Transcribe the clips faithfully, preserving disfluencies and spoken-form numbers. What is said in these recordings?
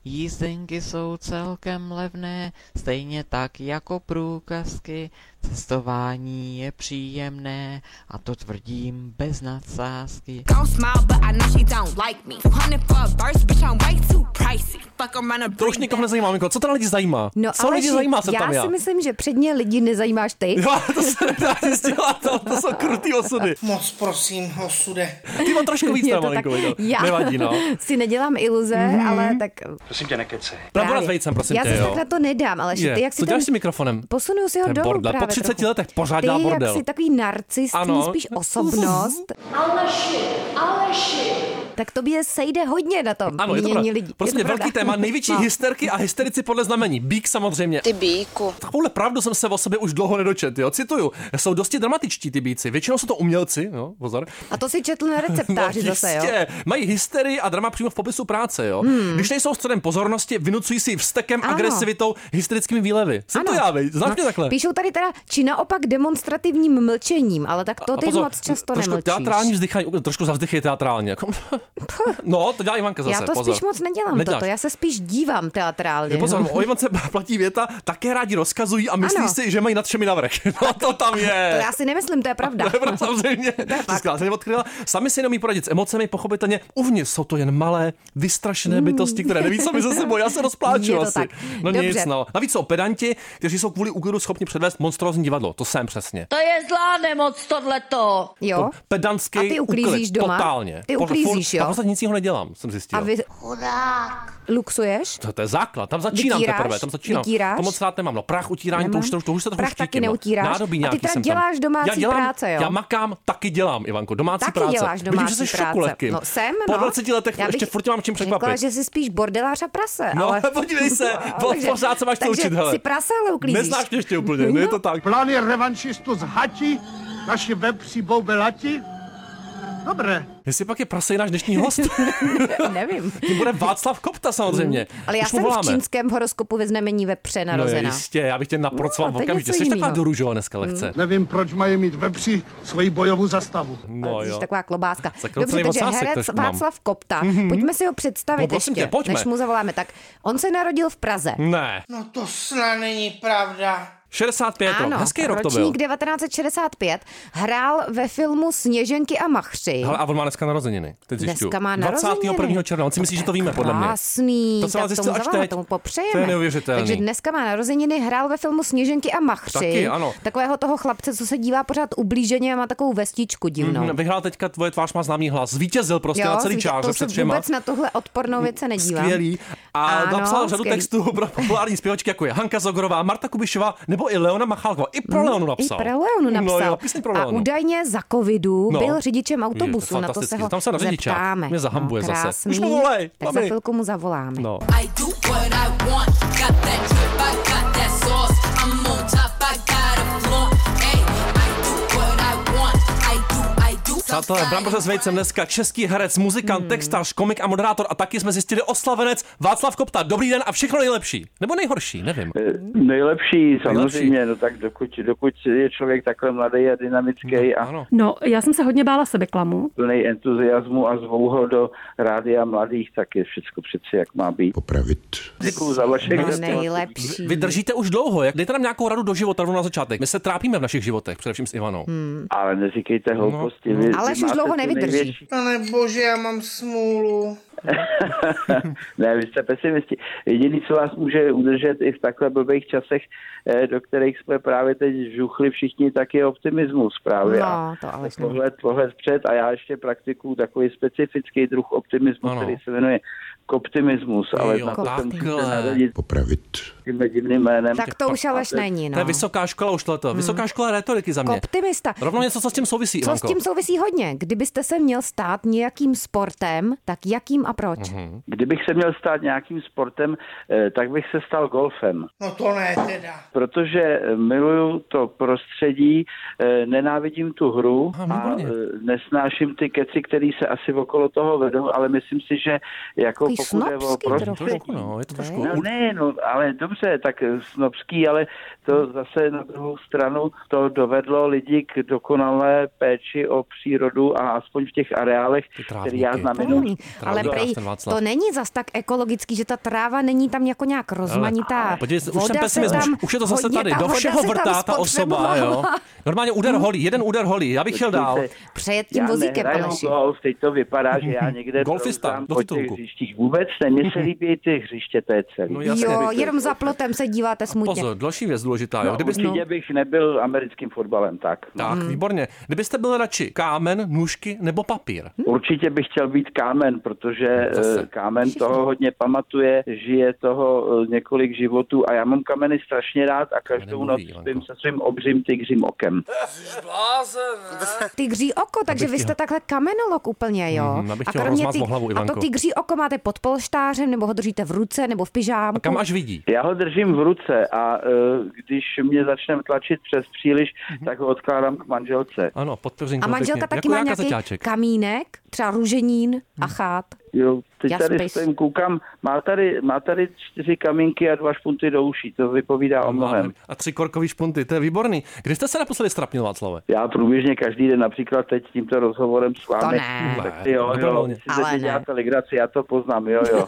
jízdenky jsou celkem levné, stejně tak jako průkazky. Cestování je příjemné a to tvrdím bez nadsázky. To už nikoho nezajímá, Minko. Co to lidi zajímá? No, Co lidi zajímá, co já tam já? si myslím, že předně lidi nezajímáš ty. Jo, to se nedá zjistit, to, to jsou krutý osudy. Moc prosím, osude. Ty mám trošku víc, Je to malinko, tak- viděl. já Nevadí, no. si nedělám iluze, mm-hmm. ale tak... Prosím tě, nekecej. Brambola s vejcem, prosím já tě, se jo. tak na to nedám, ale Je. ty, jak si Co ten... děláš s tím mikrofonem? Posunu si ho To je dolů bordel. právě Po třiceti trochu. letech pořád Ty, dělá jak bordel. jsi takový narcist, Ano. spíš osobnost. Aleši, Aleši. Tak tobě sejde hodně na tom Ano, je to mínění pravda. lidí. Prostě Je to velký pravda. téma, největší No. hysterky a hysterici podle znamení. Bík samozřejmě. Ty bíku. Takovouhle pravdu jsem se o sobě už dlouho nedočet, jo. Cituju, jsou dosti dramatičtí ty bíci. Většinou jsou to umělci, jo, pozor. A to si četl na receptáři No, zase, jo? jistě. Mají hysterii a drama přímo v popisu práce, jo. Hmm. Když nejsou středem pozornosti, vynucují si vztekem, Ano. agresivitou, hysterickými výlevy. Jsem Ano. to já, vej. Znáš No, mě takhle? Píšou tady teda, či naopak demonstrativním mlčením, ale tak to A ty pozor, moc často trošku nemlčíš. teatrální vzdychání, trošku zavzdychej teatrálně. Jako. No, to dělá Ivanka zase, Já to pozor. spíš moc nedělám Neděláš. toto, já se spíš dívám teatrálně. Pozor, o Ivance platí věta, také rádi rozkazují a myslí Ano. si, že mají nad všemi navrch. No to tam je. To já si nemyslím, to je pravda. To je pravda, samozřejmě. Skvěle, jsem odkryla. Sami si neumí poradit s emocemi, pochopitelně. Uvnitř jsou to jen malé, vystrašené bytosti, které neví sami ze sebou. Já se rozpláču Je to asi. tak. No Dobře. nic, no. Navíc jsou pedanti, kteří jsou kvůli úklidu schopni předvést monstrózní divadlo. To jsem přesně. To je zlá nemoc tohleto. Jo? Pedantský A ty uklízíš úklid, doma? Totálně. Ty Pořád uklízíš, furt- jo? A vlastně nic jiného nedělám, jsem zjistil. A vy Chudák. luxuješ? To, to je základ, tam začínám Vytíráš? teprve, tam začínám. Vytíráš? To moc rád nemám. No prach utírání, to už, to, už- to už se to Prach štíkím, taky no. neutíráš? Nádobí A ty nějaký teda jsem tam. děláš domácí já dělám, práce, jo? Já makám, taky dělám, Ivanko, domácí Taky práce. děláš Vidím, že domácí jsi v práce. šoku lehkým. No jsem, Po no. dvaceti letech Já bych ještě furt tě mám čím Řekla, překvapit. že jsi spíš bordelář a prase, No, ale... podívej se, po, Takže- pořád se máš to takže učit, hele. si prase, ale uklízíš. Neznáš mě ještě úplně, no. Je to tak. Plány revanšistu z Hati, naši webři boubelati. Dobré. Jestli pak je prasej náš dnešní host. Nevím. Tím bude Václav Kopta samozřejmě. Ale já Už mu jsem v voláme. čínském horoskopu ve znamení vepře No narozená. jistě, já bych tě naprocoval No, v to je okamžitě. něco Jsi taková jinýho. doružová dneska lehce. Nevím, proč mají mít vepři svoji bojovou zastavu. No Jsi jo. taková klobáska. Zakroucený Dobře, takže ocásek herec trošku mám. Václav Kopta. Pojďme si ho představit No, prosím ještě, tě, pojďme. než mu zavoláme. Tak on se narodil v Praze. Ne. No to snad není pravda. šedesát pět, Ano, hezký rok to byl. ročník devatenáct set šedesát pět. Hrál ve filmu Sněženky a machři. Hele, a on má dneska narozeniny. Teď zjišťuju. Dneska má dvacátého prvního narozeniny. června, on si myslí, že to víme, podle mě. Krásný, To jsem vás tak zjistil tomu až zavoláme, teď. tomu popřejeme. To je neuvěřitelný. Takže dneska má narozeniny, hrál ve filmu Sněženky a machři. Taky, ano. Takového toho chlapce, co se dívá pořád ublíženě a má takovou vestičku divnou. Mm, vyhrál teďka Tvoje tvář má známý hlas. Zvítězil prostě Jo, na celý svítě- čáře to před se všema. vůbec na tohle odpornou věc se nedívám. Skvělý. A Ano, napsal řadu skvělý. textů pro populární zpěvačky, jako je Hanka Zagorová, Marta Kubišová nebo i Leona Machálková. I pro Leonu napsal. I pro Leonu napsal. No jo, píseň pro a Leonu. údajně za covidu No. byl řidičem Je autobusu, to na to se fantastický. ho Tam se na řidičák. zeptáme. Mě zahambuje no, zase. krásný. Už mu volej, Tak mami. za chvilku mu zavoláme. No. I do what I want, got that drip, I got that sauce, I'm on top, I got a flaunt, hey, I do what I want, I do, I do. Přátelé, Bramboře s vejcem dneska český herec, muzikant, hmm. textař, komik a moderátor a taky jsme zjistili oslavenec Václav Kopta. Dobrý den a všechno nejlepší. Nebo nejhorší, nevím. Nejlepší, samozřejmě, Nejlepší. no tak dokud, dokud je člověk takhle mladý a dynamický a Ano. No, já jsem se hodně bála sebeklamu. plný entuziasmu a zvou ho do rádia mladých, tak je všechno přeci jak má být. Popravit. Děkuju za vaše No, gratulace. nejlepší. Vy držíte už dlouho, jak? Dejte nám nějakou radu do života rovnou na začátek. My se trápíme v našich životech, především s Ivanou. Hmm. Ale neříkejte hlouposti. No, Vy, Ale vy už máte dlouho tu nevydrží. největší- Pane bože, já mám smůlu. Ne, vy jste pesimisti. Jediný, co vás může udržet i v takhle blbých časech, eh, do kterých jsme právě teď žuchli všichni, tak je optimismus právě. No, A to ale pohled, pohled před a já ještě praktikuju takový specifický druh optimismu, Ano. který se jmenuje optimismus, ale Jo, na to se takhle. musíte naradit Popravit. tímhle divným jménem. Tak to už alež není, To je no. vysoká škola už tohleto. Vysoká škola rétoriky za mě. Optimista. Rovnou něco, co s tím souvisí, Co s Ivanko. tím souvisí hodně? Kdybyste se měl stát nějakým sportem, tak jakým a proč? Mhm. Kdybych se měl stát nějakým sportem, eh, tak bych se stal golfem. No to ne teda. Protože miluju to prostředí, eh, nenávidím tu hru Aha, a výborně. eh, nesnáším ty keci, které se asi okolo toho vedou, ale myslím si, že jako Takový pokud je o snobský prostředí... Trošku, no, je to trošku. No ne, no, ale dobře, tak eh, snobský, ale to zase na druhou stranu to dovedlo lidi k dokonalé péči o přírodu a aspoň v těch areálech, Ty trávníky. který já znám jenom Polní. Ale do prej Prej, ten Václav. to není zas tak ekologický, že ta tráva není tam jako nějak rozmanitá. Podívej se, už Voda jsem se pesimismus, tam už je to zase hodně- tady, ta do voda všeho se tam vrtá ta osoba, jo. spotřebovala. Normálně úder holí, jeden úder holí, já bych šel dál. Přejet tím Já vozíkem, nehraju Aleši. golf, teď to vypadá, že já někde Golfista, prouzám do po těch titulku. hřištích. Vůbec ne, mně se líbí ty hřiště, to je celý. No jasně. Jo, Bych- jenom za plotem se díváte smutně. Pozor, další věc důležitá, jo. No, Kdybyste, určitě bych nebyl americkým fotbalem, tak. tak, výborně. Kdybyste byl radši kámen, nůžky nebo papír? Určitě bych chtěl být kámen, protože Zase. eh, kámen toho hodně pamatuje, žije toho eh, několik životů a já mám kameny strašně rád a každou nemluví, noc Ivanko. spím se svým obřím tygřím okem. Tygří oko, takže Abych vy ti jste ho- takhle kamenolog úplně, jo? Mhm, abych a ti ho kromě rozmázl hlavu, a to Ivanko. tygří oko máte pod polštářem, nebo ho držíte v ruce, nebo v pyžámku? A kam až vidí? Já ho držím v ruce a eh, když mě začne tlačit přes příliš, tak ho odkládám k manželce. Ano, pod peřinkou A manželka pěkně. taky Jako má Jáka nějaký Zaťáček. kamínek, třeba růženín a chát. Jo, teď tady Jaspis. stojím, koukám, má tady, má tady čtyři kamínky a dva špunty do uší, to vypovídá o mnohem. A tři korkový špunty, to je výborný. Kdy jste se naposledy strapnil, Václave? Já průběžně každý den, například teď tímto rozhovorem s vámi. To ne. Tak si jo, jo, Dobrovolně. si Ale ze mě ne. děláte legraci, já to poznám, jo, jo.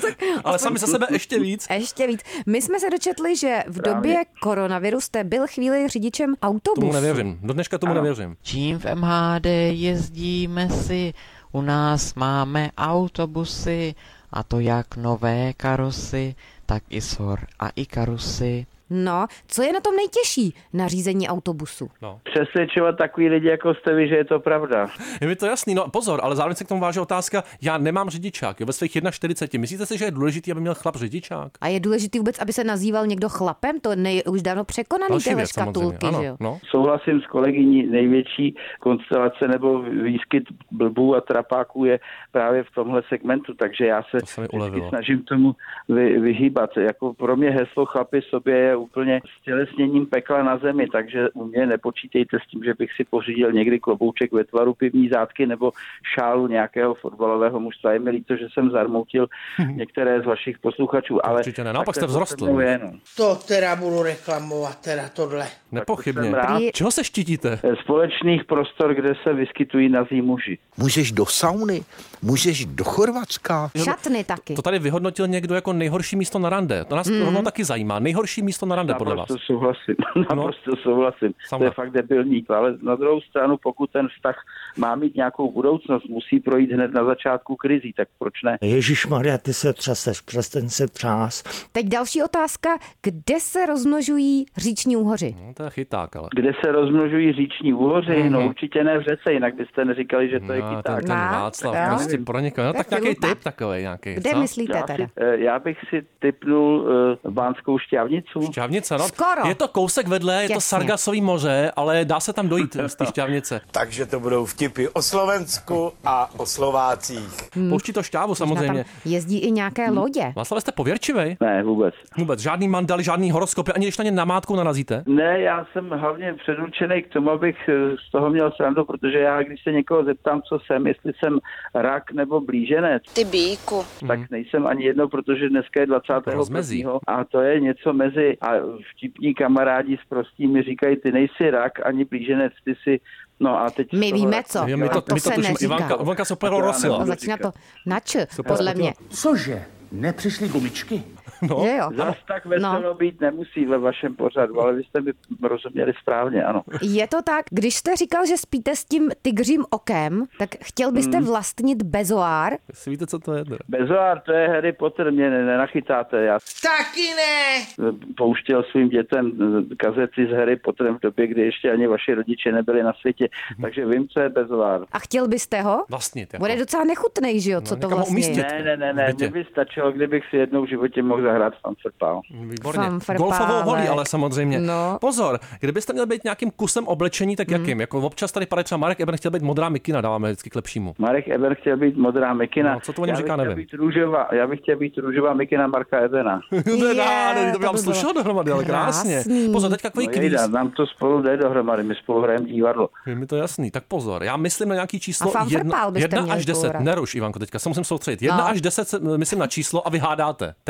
Ale sami za sebe ještě víc. Ještě víc. My jsme se dočetli, že v době koronaviru jste byl chvíli řidičem autobusu. Tomu nevěřím. Do dneška tomu nevěřím. Čím v M H D jezdíme si, u nás máme autobusy, a to jak nové karosy, tak i sor a i karusy. No, co je na tom nejtěžší na řízení autobusu? No. Přesvědčovat takový lidi, jako jste vy, že je to pravda. Je mi to jasný, no pozor, ale zároveň se k tomu váže otázka, já nemám řidičák, jo, ve svých čtyřiceti jedna. Myslíte si, že je důležitý, aby měl chlap řidičák? A je důležitý vůbec, aby se nazýval někdo chlapem? To je už dávno překonaný Další tyhle věc samozřejmě, škatulky, ano, že jo? no. Souhlasím s kolegyní, největší konstelace nebo výskyt blbů a trapáků je právě v tomhle segmentu, takže já se, To se mi vždycky ulevilo. snažím tomu vy, vyhýbat. Jako pro mě heslo chlapi sobě je úplně stělesněním pekla na zemi, takže u mě nepočítejte s tím, že bych si pořídil někdy klobouček ve tvaru pivní zátky nebo šálu nějakého fotbalového mužstva. Je mi líto, že jsem zarmoutil některé z vašich posluchačů, ale Určitě ne, naopak tak jste to vzrostl. se mnou je, no. To teda budu reklamovat, teda tohle. Nepochybně. jsem rád. Čeho se štítíte? Společných prostor, kde se vyskytují nazí muži. Můžeš do sauny, můžeš do Chorvatska. Šatny taky. To tady vyhodnotil někdo jako nejhorší místo na rande. To nás mm. rovnou taky zajímá. Nejhorší místo na rande podle vás. Naprosto souhlasím, naprosto souhlasím. Sama. To je fakt debilní, ale na druhou stranu, pokud ten vztah má mít nějakou budoucnost, musí projít hned na začátku krizí, tak proč ne? Ježišmarja, ty se třeseš, přestaň se třás. Teď další otázka. Kde se rozmnožují říční úhoři? No, to je chyták, ale. Kde se rozmnožují říční úhoři? Mhm. No určitě ne v řece, jinak byste neříkali, že to je No, ten, kyták. ten Má, Václav jo. prostě pronikl. No, Tak tak nějaký vyluta. tip takový nějaký. Kde co? myslíte Já, teda? si, eh, já bych si tipnul uh, Bánskou Šťavnicu. Šťávnice, no. Skoro. Je to kousek vedle, je to Těsně. Sargasový moře, ale dá se tam dojít z té Šťávnice. Takže to budou vtipy o Slovensku a o Slovácích. Pouští to šťávu Možná samozřejmě. tam jezdí i nějaké lodě. Václav, jste pověrčivej? Ne, vůbec. Vůbec, žádný mandal, žádný horoskopy, ani když na ně namátkou narazíte? Ne, já jsem hlavně předurčený k tomu, abych eh, z toho měl srandu, protože já, když se někoho zeptám, co jsem, jestli jsem rak nebo blíženec, Ty bíku. tak nejsem ani jedno, protože dneska je dvacátého Rozmezí. prvního a to je něco mezi, a vtipní kamarádi s prostými říkají, ty nejsi rak ani blíženec, ty si, no a teď... My z toho víme raku co. Je, my to, to my to se tuším, neříká. Ivanka, Ivanka se úplně Já rozsila. A začíná to na č, podle mě. Cože? Nepřišly gumičky? No. Že jo? Zas tak veselo No. být nemusí ve vašem pořadu, ale vy jste mi rozuměli správně, ano. Je to tak, když jste říkal, že spíte s tím tygřím okem, tak chtěl byste Hmm. vlastnit bezoár? Jestli víte, co to je. Teda. Bezoár, to je Harry Potter, mě ne- nenachytáte. Já Taky ne! pouštěl svým dětem kazety s Harry Potterem v době, kdy ještě ani vaši rodiče nebyli na světě, takže vím, co je bezoár. A chtěl byste ho? Vlastnit. Jako. Bude docela nechutnej, že jo, co No, to někam ho vlastně umístit. je. Ne, ne, ne, ne, Bytě. mně by stačilo, kdybych si jednou v životě mohl zahrát fanfrpál. Výborně. Fanfrpálek. Golfovou holí, ale samozřejmě. No. Pozor, kdybyste měl být nějakým kusem oblečení, tak jakým? Jako občas tady padá třeba Marek Eben chtěl být modrá mikina, dáváme vždycky k lepšímu. Marek Eben chtěl být modrá mikina. No, co to o něm Já bych říká, chtěl nevím. Být růžová, já bych chtěl být růžová mikina Marka Ebena. to je Je, nádherný, to to by vám by bylo slušelo dohromady, ale krásně. krásný. Pozor, teďka takový No kvíz. jejda, nám to spolu jde dohromady, my spolu hrajeme divadlo. Je mi to jasný, tak pozor. Já myslím na nějaký číslo A fanfrpál byste jedna měli až deset. spolu hrát. Neruš, Ivanko, teďka se musím soustředit. Jedna No. až deset, se- myslím na číslo a vy hádáte. Teď. No.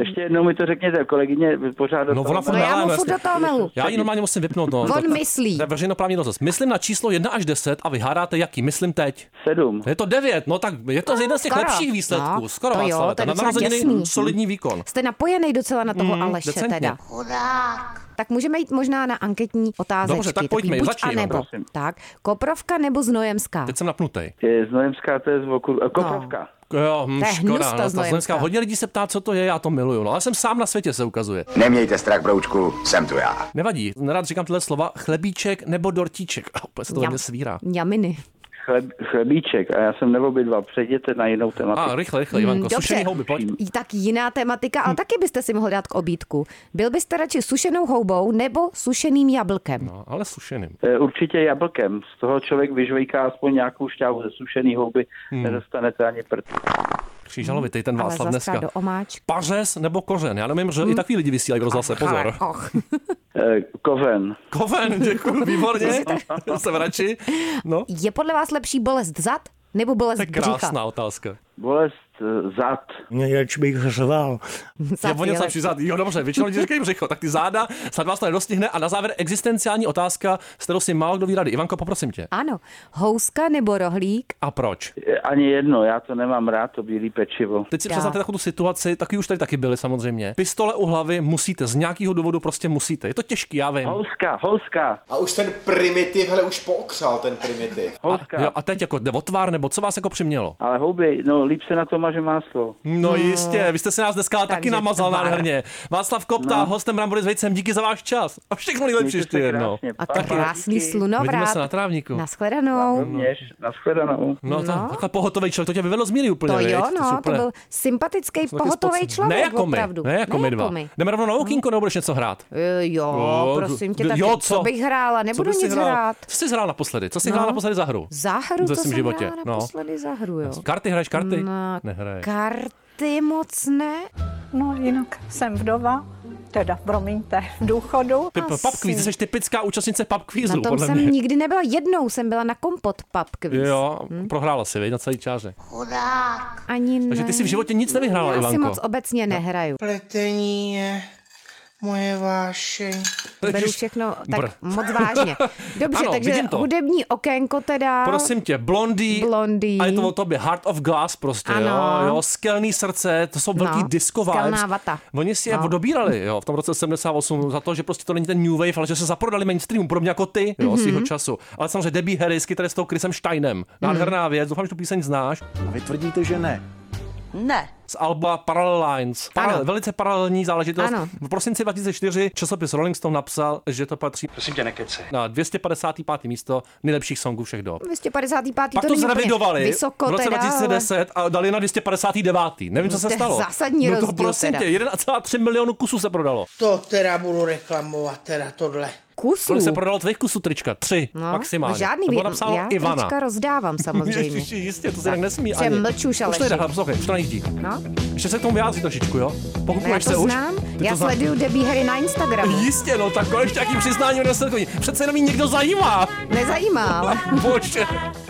Ještě jednou mi to řekněte, kolegyně, pořád do No, toho ona furt No já melá, mu no, furt jasně. do toho melu. Já ji normálně musím vypnout. No. On To- myslí. To je veřejnoprávní rozhlas. Myslím na číslo jedna až deset a vy hádáte jaký? Myslím teď. Sedm. Je to devět, no tak je to jeden z těch skoro. lepších výsledků. No, Skoro to jo, Václave, to je na docela narozeniny těsný. solidní výkon. Jste napojený docela na toho Mm, Aleše decentně. teda. Chudák. Tak můžeme jít možná na anketní otázečky. Dobře, tak Takový pojďme, buď začni, a nebo. no, prosím. Tak, Koprovka nebo Znojemská? Teď jsem napnutej. Je Znojemská, to je z okru... Koprovka. Jo, hm, To je škoda, hnus, ta no, Znojemská. Znojemská. Hodně lidí se ptá, co to je, já to miluju. No, ale jsem sám na světě, se ukazuje. Nemějte strach, broučku, jsem tu já. Nevadí, nerad říkám tyhle slova, chlebíček nebo dortíček. A opět se to Ňam. hodně svírá. Ňaminy. Chleb, chlebíček a já jsem neobydva. Přejděte na jinou tematiku. A rychle, rychle, Ivanko, Dobře. sušený houby, pojď. I tak jiná tematika, ale taky byste si mohl dát k obídku. Byl byste radši sušenou houbou nebo sušeným jablkem? No, ale sušeným. E, Určitě jablkem. Z toho člověk vyžvejká aspoň nějakou šťávu ze sušený houby. Hmm. Nedostanete ani prd. Křížalovitej ten Ale Václav zastřát dneska. do omáčky. Pařez nebo kořen? Já nevím, že i takový lidi vysílají v rozhlase, pozor. Och. E, Koven. Koven, děkuji, výborně. Jsem radši. No, Je podle vás lepší bolest zad nebo bolest to je břicha? krásná otázka. Bolest e, zad. Nejradši bych řval. Zad Je o něco je lepší zád. Jo, dobře, většinou lidi říkají břicho, tak ty záda, snad vás to nedostihne. A na závěr existenciální otázka, s kterou si málo kdo ví rady. Ivanko, poprosím tě. Ano, houska nebo rohlík? A proč? E, Ani jedno, já to nemám rád, to bílý pečivo. Teď si Já. představte takovou tu situaci, taky už tady taky byly samozřejmě. Pistole u hlavy musíte, z nějakého důvodu prostě musíte. Je to těžký, já vím. Houska, houska, A už ten primitiv, hele, už pookřál ten primitiv. houska. Jo, a teď jako jde o tvár, nebo co vás jako přimělo? Ale houby, no líp se na to maže máslo. No jistě, vy jste si nás dneska taky takže namazal tvar. nádherně. Václav Kopta, No. hostem Brambory s vejcem, díky za váš čas. A všechno nejlepší Mějte ještě se jednou. krásně. A Pa, tak pa, krásný díky. slunovrat. Vidíme se na trávníku. Naschledanou. Rovněž, nashledanou. No, to, No. takhle pohotový člověk, to tě vyvedlo z míry úplně, To viď? jo, jsou no, to úplně- byl sympatický, jsou taky pohotový spocen- člověk, Ne jako my, opravdu. ne jako my dva. Jdeme rovnou na okýnko, nebo budeš něco hrát? E, Jo, Jo, prosím tě, jo, tak co? co bych hrála, Co nebudu bys si nic hrál? hrát. Co jsi hrál naposledy? Co jsi No. hrál naposledy za hru? Za hru, Ze co svým jsem životě, hrála no. naposledy za hru, jo. Karty, hraješ karty? No, Nehraješ. karty moc ne. No jinak jsem vdova, teda promiňte, v důchodu. Ty p- pub quiz, jsi typická účastnice pub quizu, Na tom podle jsem mě. nikdy nebyla, jednou jsem byla na kompot pub quiz. Jo, prohrála si, viď, na celý čáře. Chudák. Ani ne. Takže ty si v životě nic nevyhrála, Já si Ivanko. moc obecně nehraju. Pletení je moje vášeň. Beru všechno tak Br. moc vážně. Dobře, Ano, takže vidím to. hudební okénko teda. Prosím tě, Blondie, Blondie. a je to o tobě, Heart of Glass prostě, Ano. jo, jo, Skelný srdce, to jsou velký No, disco vibes. skelná vata. Oni si je No. dobírali, jo, v tom roce sedmdesát osm za to, že prostě to není ten new wave, ale že se zaprodali mainstreamu, podobně jako ty, jo, Mhm. svýho času. Ale samozřejmě Debbie Harris, tady s tou Chrisem Steinem. Nádherná věc, doufám, že tu píseň znáš. A vy tvrdíte, že ne. Ne. Z alba Parallel Lines. Paralel, Ano. velice paralelní záležitost. Ano. V prosinci dva tisíce čtyři časopis Rolling Stone napsal, že to patří Prosím tě, nekecej. na dvě stě padesát pátý místo nejlepších songů všech dob. dvě stě padesát pátý Pak to, není úplně zrevidovali vysoko v roce teda, dva tisíce deset a dali na dvě stě padesát devět. Nevím, co se To je stalo. zásadní no to rozdíl prosím teda. tě, jedna celá tři milionu kusů se prodalo. To teda budu reklamovat, teda tohle. Kusů. Kolik se prodalo tvých kusů trička? Tři, No, maximálně. žádný to bylo věd- napsáno já Ivana. trička rozdávám samozřejmě. Ježiši, jistě, to se tak nesmí Že ani. mlču, Už to Aleši. jde, hele, poslouchej, už to nejíždí. No, Ještě se k tomu vyjádří trošičku, jo? no já Pokukuješ to se už? znám. Ty Já to znáš? sleduju Debbie Harry na Instagramu. Jistě, no tak ještě jakým přiznáním nesledují. Přece jenom jí někdo zajímá. Nezajímá, ale... Bože.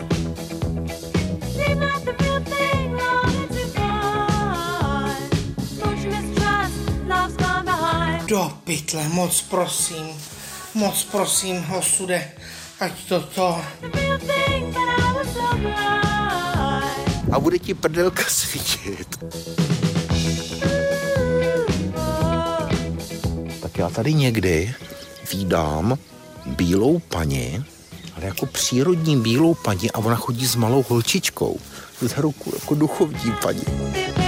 Do pytle, moc prosím, moc prosím, osude, ať to to. A bude ti prdelka svítit. Tak já tady někdy vídám bílou paní, ale jako přírodní bílou paní a ona chodí s malou holčičkou za ruku jako duchovní paní.